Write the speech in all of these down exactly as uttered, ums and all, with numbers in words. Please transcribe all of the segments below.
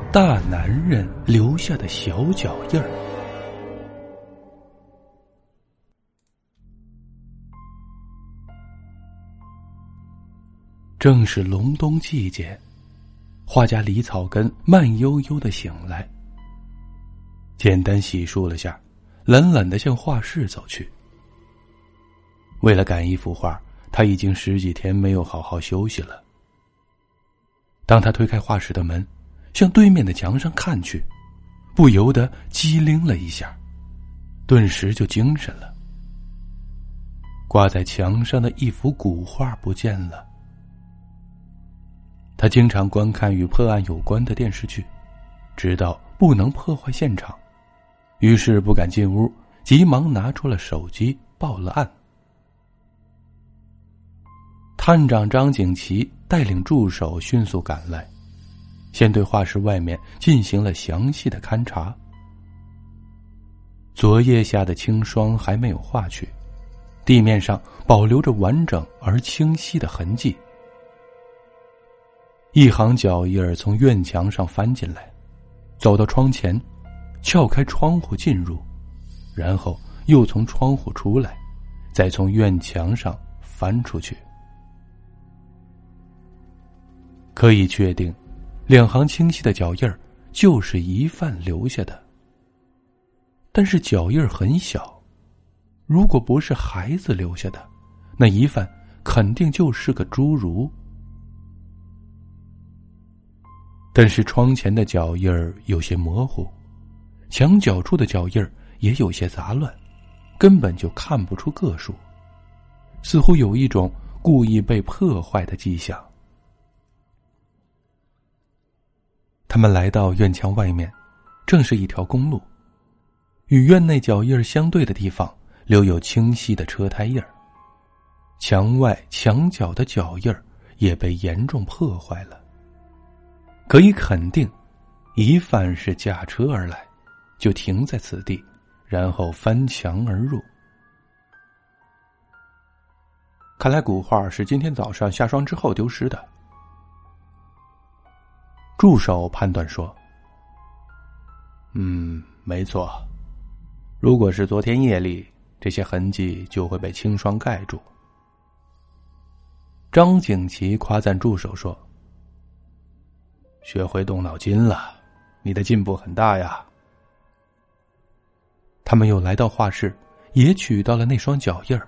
大男人留下的小脚印儿。正是隆冬季节，画家李草根慢悠悠地醒来，简单洗漱了下，懒懒地向画室走去。为了赶一幅画，他已经十几天没有好好休息了。当他推开画室的门，向对面的墙上看去，不由得机灵了一下，顿时就精神了。挂在墙上的一幅古画不见了。他经常观看与破案有关的电视剧，知道不能破坏现场，于是不敢进屋，急忙拿出了手机报了案。探长张景琦带领助手迅速赶来，先对画室外面进行了详细的勘察。昨夜下的清霜还没有化去，地面上保留着完整而清晰的痕迹。一行脚印儿从院墙上翻进来，走到窗前，撬开窗户进入，然后又从窗户出来，再从院墙上翻出去。可以确定，两行清晰的脚印儿就是疑犯留下的。但是脚印儿很小，如果不是孩子留下的，那疑犯肯定就是个侏儒。但是窗前的脚印儿有些模糊，墙角处的脚印儿也有些杂乱，根本就看不出个数，似乎有一种故意被破坏的迹象。他们来到院墙外面，正是一条公路，与院内脚印相对的地方留有清晰的车胎印儿，墙外墙角的脚印儿也被严重破坏了。可以肯定，疑犯是驾车而来，就停在此地，然后翻墙而入。看来古画是今天早上下霜之后丢失的。助手判断说：嗯，没错，如果是昨天夜里，这些痕迹就会被清霜盖住。张景琦夸赞助手说：学会动脑筋了，你的进步很大呀。他们又来到画室，也取到了那双脚印儿。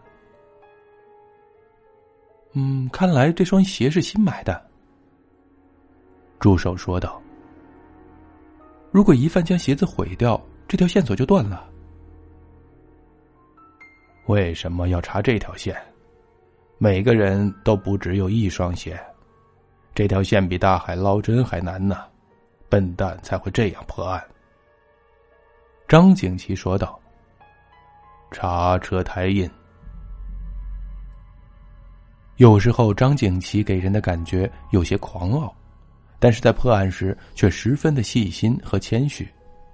嗯，看来这双鞋是新买的。助手说道：如果疑犯将鞋子毁掉，这条线索就断了。为什么要查这条线？每个人都不只有一双鞋，这条线比大海捞针还难呢，笨蛋才会这样破案。张景琦说道：查车胎印。有时候张景琦给人的感觉有些狂傲，但是在破案时却十分的细心和谦虚。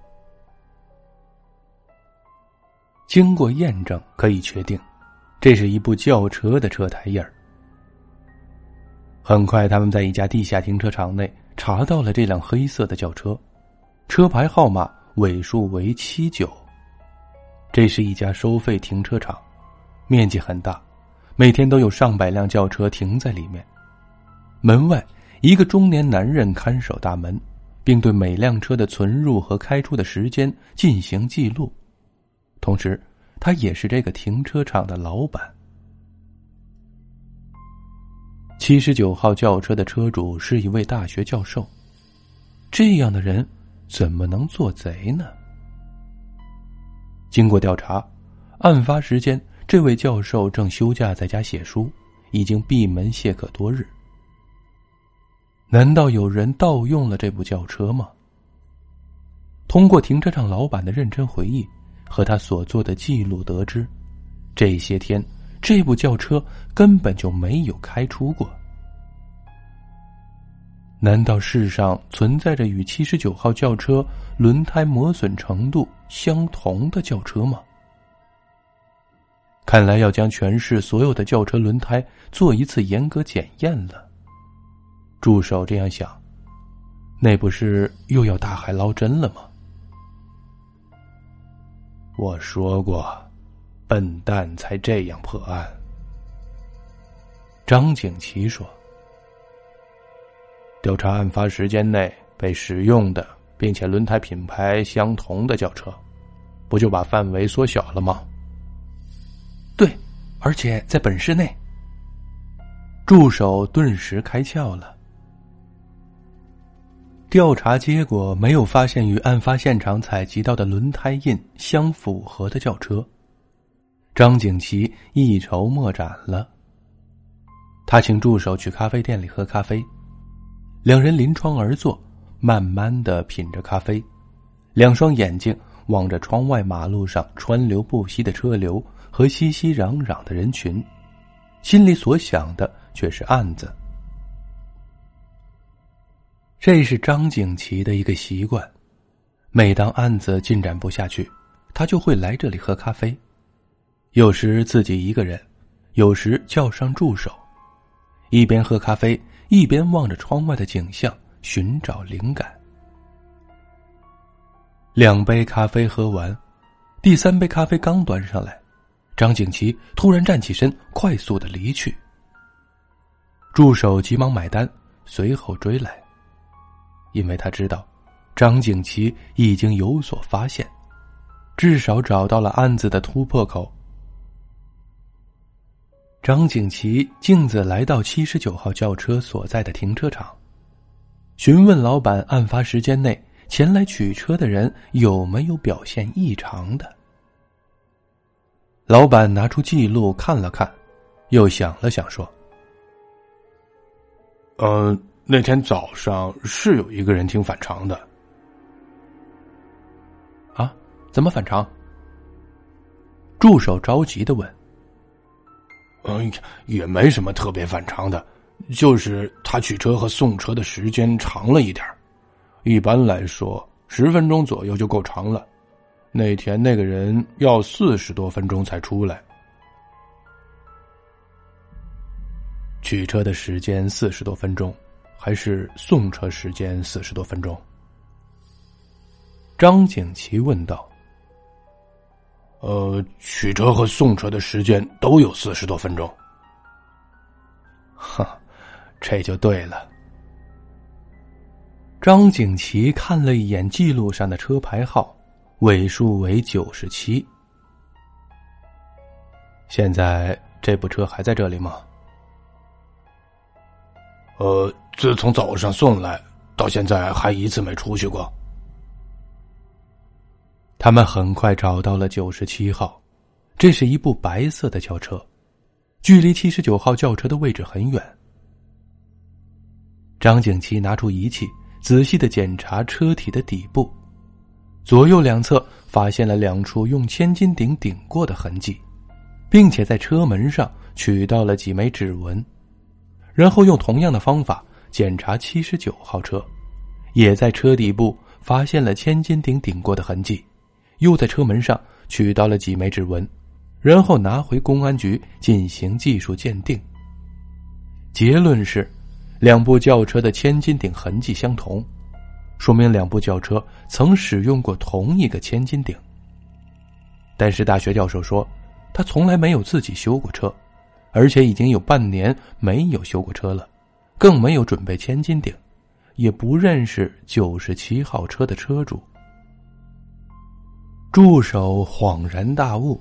经过验证，可以确定，这是一部轿车的车胎印儿。很快他们在一家地下停车场内查到了这辆黑色的轿车，车牌号码尾数为七九。这是一家收费停车场，面积很大，每天都有上百辆轿车停在里面。门外一个中年男人看守大门，并对每辆车的存入和开出的时间进行记录，同时他也是这个停车场的老板。七十九号轿车的车主是一位大学教授，这样的人怎么能做贼呢？经过调查，案发时间这位教授正休假在家写书，已经闭门谢客多日。难道有人盗用了这部轿车吗？通过停车场老板的认真回忆和他所做的记录得知，这些天这部轿车根本就没有开出过。难道世上存在着与七十九号轿车轮胎磨损程度相同的轿车吗？看来要将全市所有的轿车轮胎做一次严格检验了。助手这样想， 那不是又要大海捞针了吗？我说过，笨蛋才这样破案。张景琦说，调查案发时间内被使用的并且轮胎品牌相同的轿车，不就把范围缩小了吗？对，而且在本市内。助手顿时开窍了。调查结果没有发现与案发现场采集到的轮胎印相符合的轿车，张景琦一筹莫展了。他请助手去咖啡店里喝咖啡，两人临窗而坐，慢慢地品着咖啡，两双眼睛望着窗外马路上川流不息的车流和熙熙攘攘的人群，心里所想的却是案子。这是张景琦的一个习惯，每当案子进展不下去，他就会来这里喝咖啡，有时自己一个人，有时叫上助手，一边喝咖啡一边望着窗外的景象寻找灵感。两杯咖啡喝完，第三杯咖啡刚端上来，张景琦突然站起身，快速地离去。助手急忙买单，随后追来，因为他知道张景琦已经有所发现，至少找到了案子的突破口。张景琦径自来到七十九号轿车所在的停车场，询问老板案发时间内前来取车的人有没有表现异常的。老板拿出记录看了看，又想了想说， 呃，那天早上是有一个人挺反常的。 啊？怎么反常？助手着急地问。 嗯、呃，也没什么特别反常的，就是他取车和送车的时间长了一点，一般来说十分钟左右就够长了，那天那个人要四十多分钟才出来。 取车的时间四十多分钟，还是送车时间四十多分钟？张景琦问道。 呃，取车和送车的时间都有四十多分钟。 哈，这就对了。张景琦看了一眼记录上的车牌号，尾数为九十七。现在这部车还在这里吗？ 呃，自从早上送来到现在还一次没出去过。 他们很快找到了九十七号，这是一部白色的轿车，距离七十九号轿车的位置很远。张景琦拿出仪器，仔细地检查车体的底部，左右两侧发现了两处用千斤顶顶过的痕迹，并且在车门上取到了几枚指纹。然后用同样的方法检查七十九号车，也在车底部发现了千斤顶顶过的痕迹，又在车门上取到了几枚指纹，然后拿回公安局进行技术鉴定。结论是，两部轿车的千斤顶痕迹相同，说明两部轿车曾使用过同一个千斤顶。但是大学教授说，他从来没有自己修过车，而且已经有半年没有修过车了，更没有准备千斤顶，也不认识九十七号车的车主。助手恍然大悟，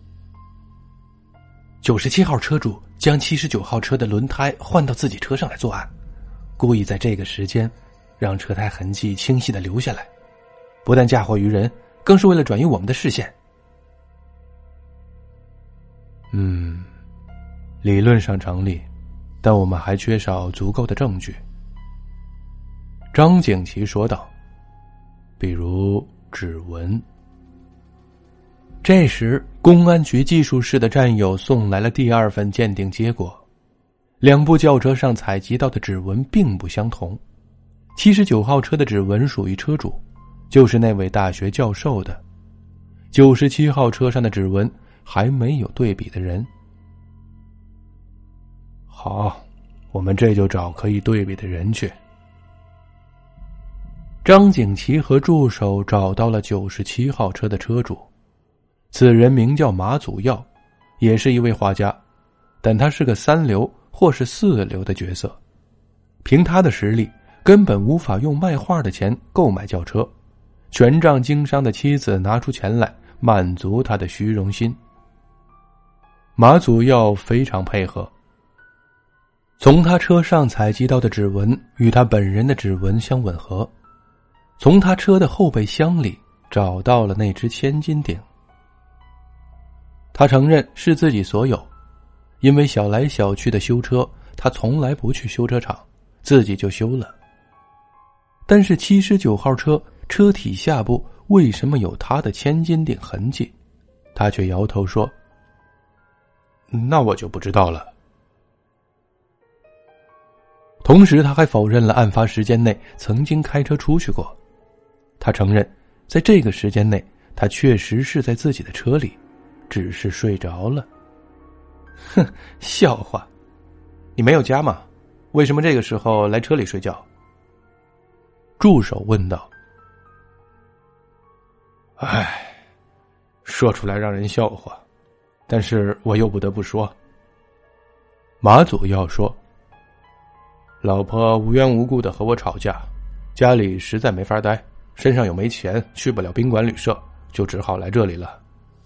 九十七号车主将七十九号车的轮胎换到自己车上来作案，故意在这个时间让车胎痕迹清晰地留下来，不但嫁祸于人，更是为了转移我们的视线。嗯，理论上成立，但我们还缺少足够的证据。张景琦说道，比如指纹。这时公安局技术室的战友送来了第二份鉴定结果，两部轿车上采集到的指纹并不相同，七十九号车的指纹属于车主，就是那位大学教授的，九十七号车上的指纹还没有对比的人。 好，我们这就找可以对比的人去。 张景琦和助手找到了九十七号车的车主，此人名叫马祖耀，也是一位画家，但他是个三流或是四流的角色，凭他的实力根本无法用卖画的钱购买轿车，权杖经商的妻子拿出钱来满足他的虚荣心。马祖耀非常配合，从他车上采集到的指纹与他本人的指纹相吻合，从他车的后备箱里找到了那只千斤顶。他承认是自己所有，因为小来小去的修车他从来不去修车厂，自己就修了。但是七十九号车车体下部为什么有他的千斤顶痕迹，他却摇头说， 那我就不知道了。 同时他还否认了案发时间内曾经开车出去过，他承认在这个时间内他确实是在自己的车里，只是睡着了。哼，笑话，你没有家吗？为什么这个时候来车里睡觉？助手问道。 唉，说出来让人笑话，但是我又不得不说。 马祖耀说， 老婆无缘无故的和我吵架，家里实在没法待，身上又没钱，去不了宾馆旅社，就只好来这里了。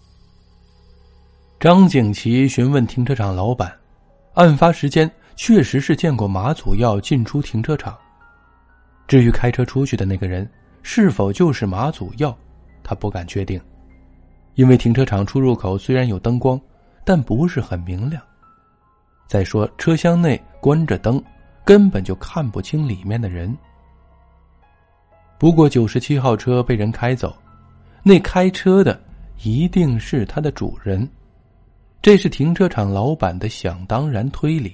张景琦询问停车场老板，案发时间确实是见过马祖耀进出停车场，至于开车出去的那个人是否就是马祖耀，他不敢确定，因为停车场出入口虽然有灯光，但不是很明亮。再说车厢内关着灯，根本就看不清里面的人。不过九十七号车被人开走，那开车的一定是他的主人，这是停车场老板的想当然推理。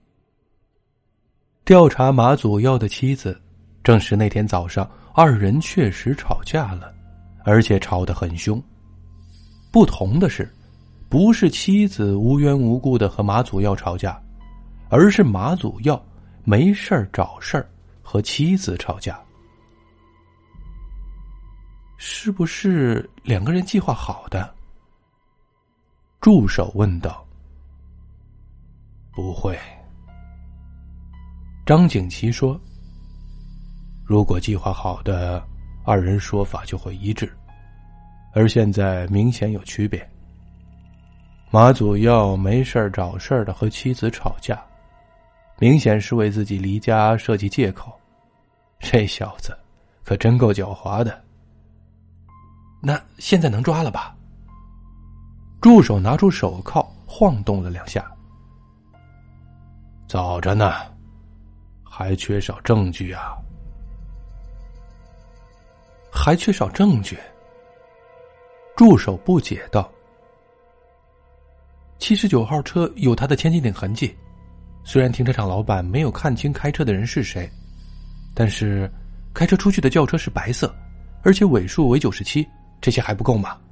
调查马祖耀的妻子，证实那天早上二人确实吵架了，而且吵得很凶。不同的是，不是妻子无缘无故的和马祖耀吵架，而是马祖耀没事儿找事儿和妻子吵架。是不是两个人计划好的？助手问道。 不会。 张景琦说， 如果计划好的，二人说法就会一致，而现在明显有区别。 马祖耀没事找事的和妻子吵架，明显是为自己离家设计借口，这小子可真够狡猾的。那现在能抓了吧？助手拿出手铐晃动了两下。 早着呢，还缺少证据啊。 还缺少证据？助手不解道。七十九号车有他的千斤顶痕迹，虽然停车场老板没有看清开车的人是谁，但是开车出去的轿车是白色，而且尾数为九十七，这些还不够吗？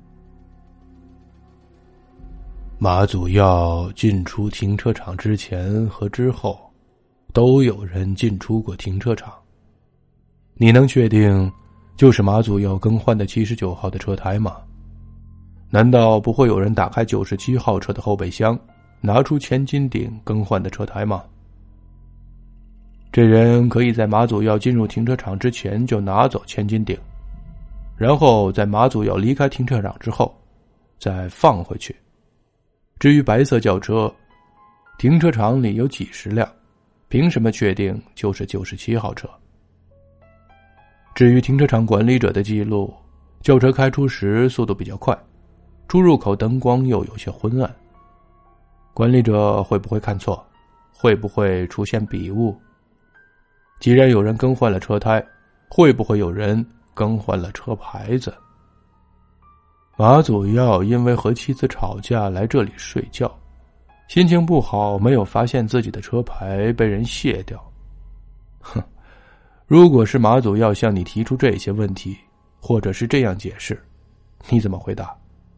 马祖耀进出停车场之前和之后都有人进出过停车场，你能确定就是马祖耀更换的七十九号的车胎吗？难道不会有人打开九十七号车的后备箱，拿出千斤顶更换的车胎吗？这人可以在马祖耀进入停车场之前就拿走千斤顶，然后在马祖耀离开停车场之后再放回去。至于白色轿车，停车场里有几十辆，凭什么确定就是九十七号车？至于停车场管理者的记录，轿车开出时速度比较快，出入口灯光又有些昏暗，管理者会不会看错？会不会出现笔误？既然有人更换了车胎，会不会有人更换了车牌子？马祖耀因为和妻子吵架来这里睡觉，心情不好，没有发现自己的车牌被人卸掉。哼，如果是马祖耀向你提出这些问题，或者是这样解释，你怎么回答？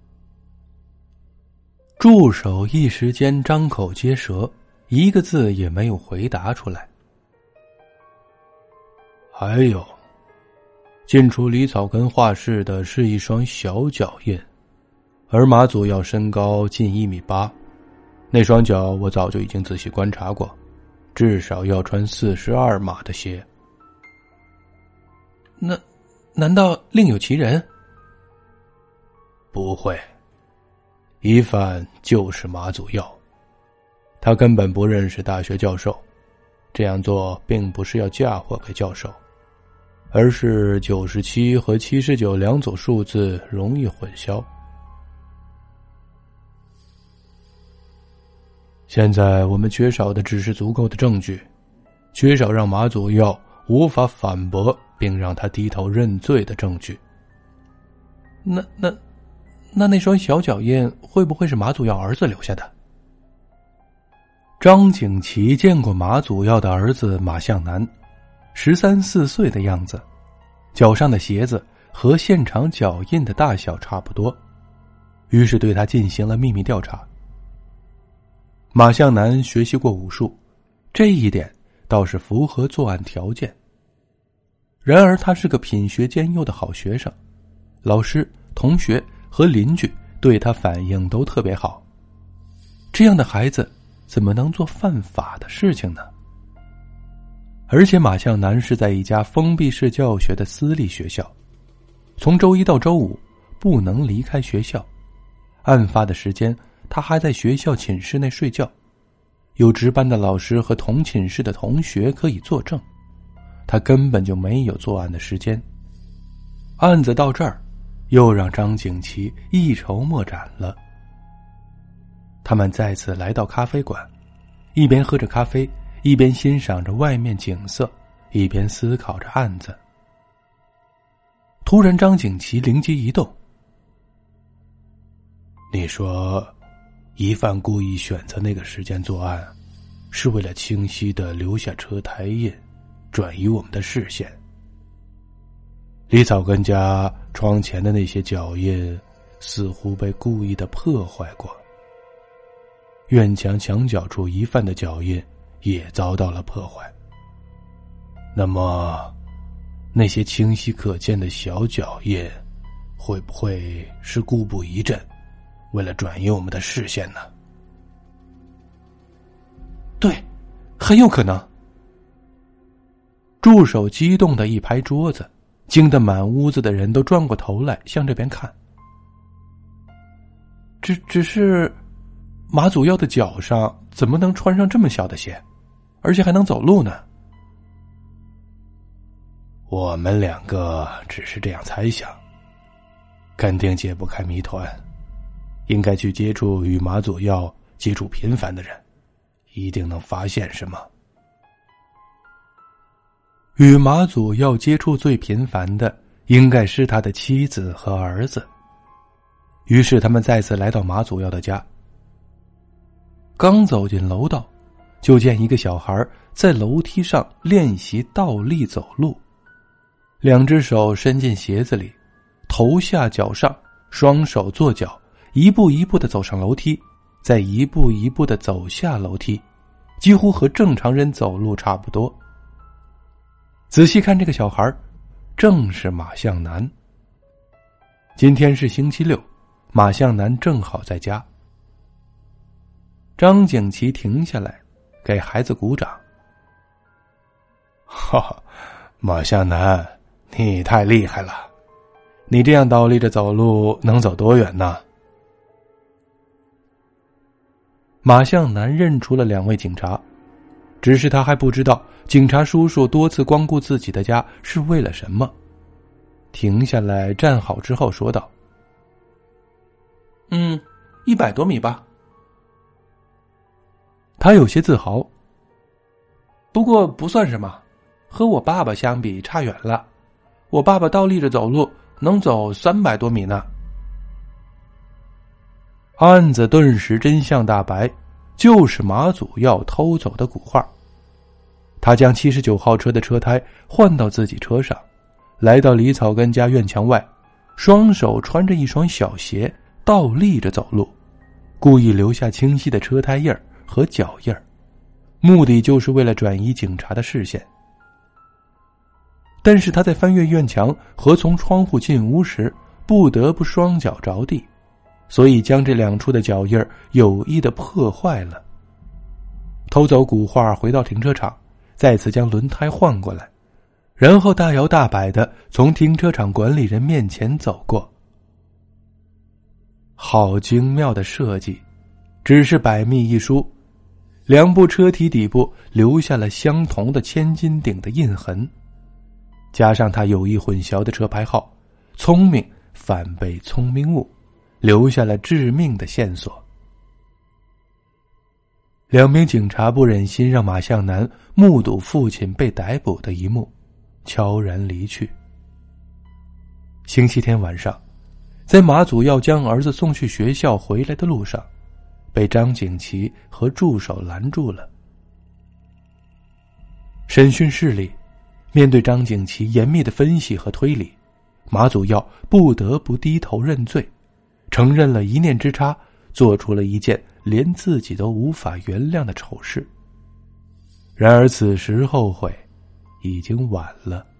助手一时间张口结舌，一个字也没有回答出来。 还有， 进出李草根画室的是一双小脚印，而马祖耀身高近一米八，那双脚我早就已经仔细观察过，至少要穿四十二码的鞋。那难道另有其人？ 不会，疑犯就是马祖耀。他根本不认识大学教授，这样做并不是要嫁祸给教授，而是九十七和七十九两组数字容易混淆。现在我们缺少的只是足够的证据，缺少让马祖耀无法反驳并让他低头认罪的证据。 那那那那双小脚印会不会是马祖耀儿子留下的？张景琦见过马祖耀的儿子马向南，十三四岁的样子，脚上的鞋子和现场脚印的大小差不多，于是对他进行了秘密调查。马向南学习过武术，这一点倒是符合作案条件。然而他是个品学兼优的好学生，老师、同学和邻居对他反应都特别好。这样的孩子怎么能做犯法的事情呢？而且马向南是在一家封闭式教学的私立学校，从周一到周五不能离开学校，案发的时间他还在学校寝室内睡觉，有值班的老师和同寝室的同学可以作证，他根本就没有作案的时间。案子到这儿又让张景琦一筹莫展了。他们再次来到咖啡馆，一边喝着咖啡，一边欣赏着外面景色，一边思考着案子。突然张景琦灵机一动， 你说疑犯故意选择那个时间作案，是为了清晰地留下车胎印，转移我们的视线。李草根家窗前的那些脚印似乎被故意的破坏过，院墙墙角处疑犯的脚印也遭到了破坏。那么那些清晰可见的小脚印会不会是故布疑阵，为了转移我们的视线呢？ 对，很有可能。助手激动地一拍桌子，惊得满屋子的人都转过头来向这边看。只只是马祖耀的脚上怎么能穿上这么小的鞋，而且还能走路呢？ 我们两个只是这样猜想，肯定解不开谜团，应该去接触与马祖耀接触频繁的人，一定能发现什么。 与马祖耀接触最频繁的应该是他的妻子和儿子，于是他们再次来到马祖耀的家。刚走进楼道，就见一个小孩在楼梯上练习倒立走路，两只手伸进鞋子里，头下脚上，双手做脚，一步一步地走上楼梯，再一步一步地走下楼梯，几乎和正常人走路差不多。仔细看这个小孩，正是马向南。今天是星期六，马向南正好在家。张景琦停下来给孩子鼓掌。 哈哈，马向南，你太厉害了，你这样倒立着走路能走多远呢？ 马向南认出了两位警察，只是他还不知道警察叔叔多次光顾自己的家是为了什么。停下来站好之后说道：嗯，一百多米吧。他有些自豪，不过不算什么，和我爸爸相比差远了，我爸爸倒立着走路能走三百多米呢。案子顿时真相大白，就是马祖耀偷走的古画。他将七十九号车的车胎换到自己车上，来到李草根家院墙外，双手穿着一双小鞋，倒立着走路，故意留下清晰的车胎印和脚印，目的就是为了转移警察的视线。 但是他在翻越院墙和从窗户进屋时，不得不双脚着地，所以将这两处的脚印有意地破坏了。偷走古画，回到停车场，再次将轮胎换过来，然后大摇大摆地从停车场管理人面前走过。好精妙的设计，只是百密一疏，两部车体底部留下了相同的千斤顶的印痕，加上他有意混淆的车牌号，聪明反被聪明误，留下了致命的线索。两名警察不忍心让马向南目睹父亲被逮捕的一幕，悄然离去。星期天晚上，在马祖要将儿子送去学校回来的路上，被张景琦和助手拦住了。审讯室里，面对张景琦严密的分析和推理，马祖耀不得不低头认罪，承认了一念之差，做出了一件连自己都无法原谅的丑事。然而此时后悔已经晚了。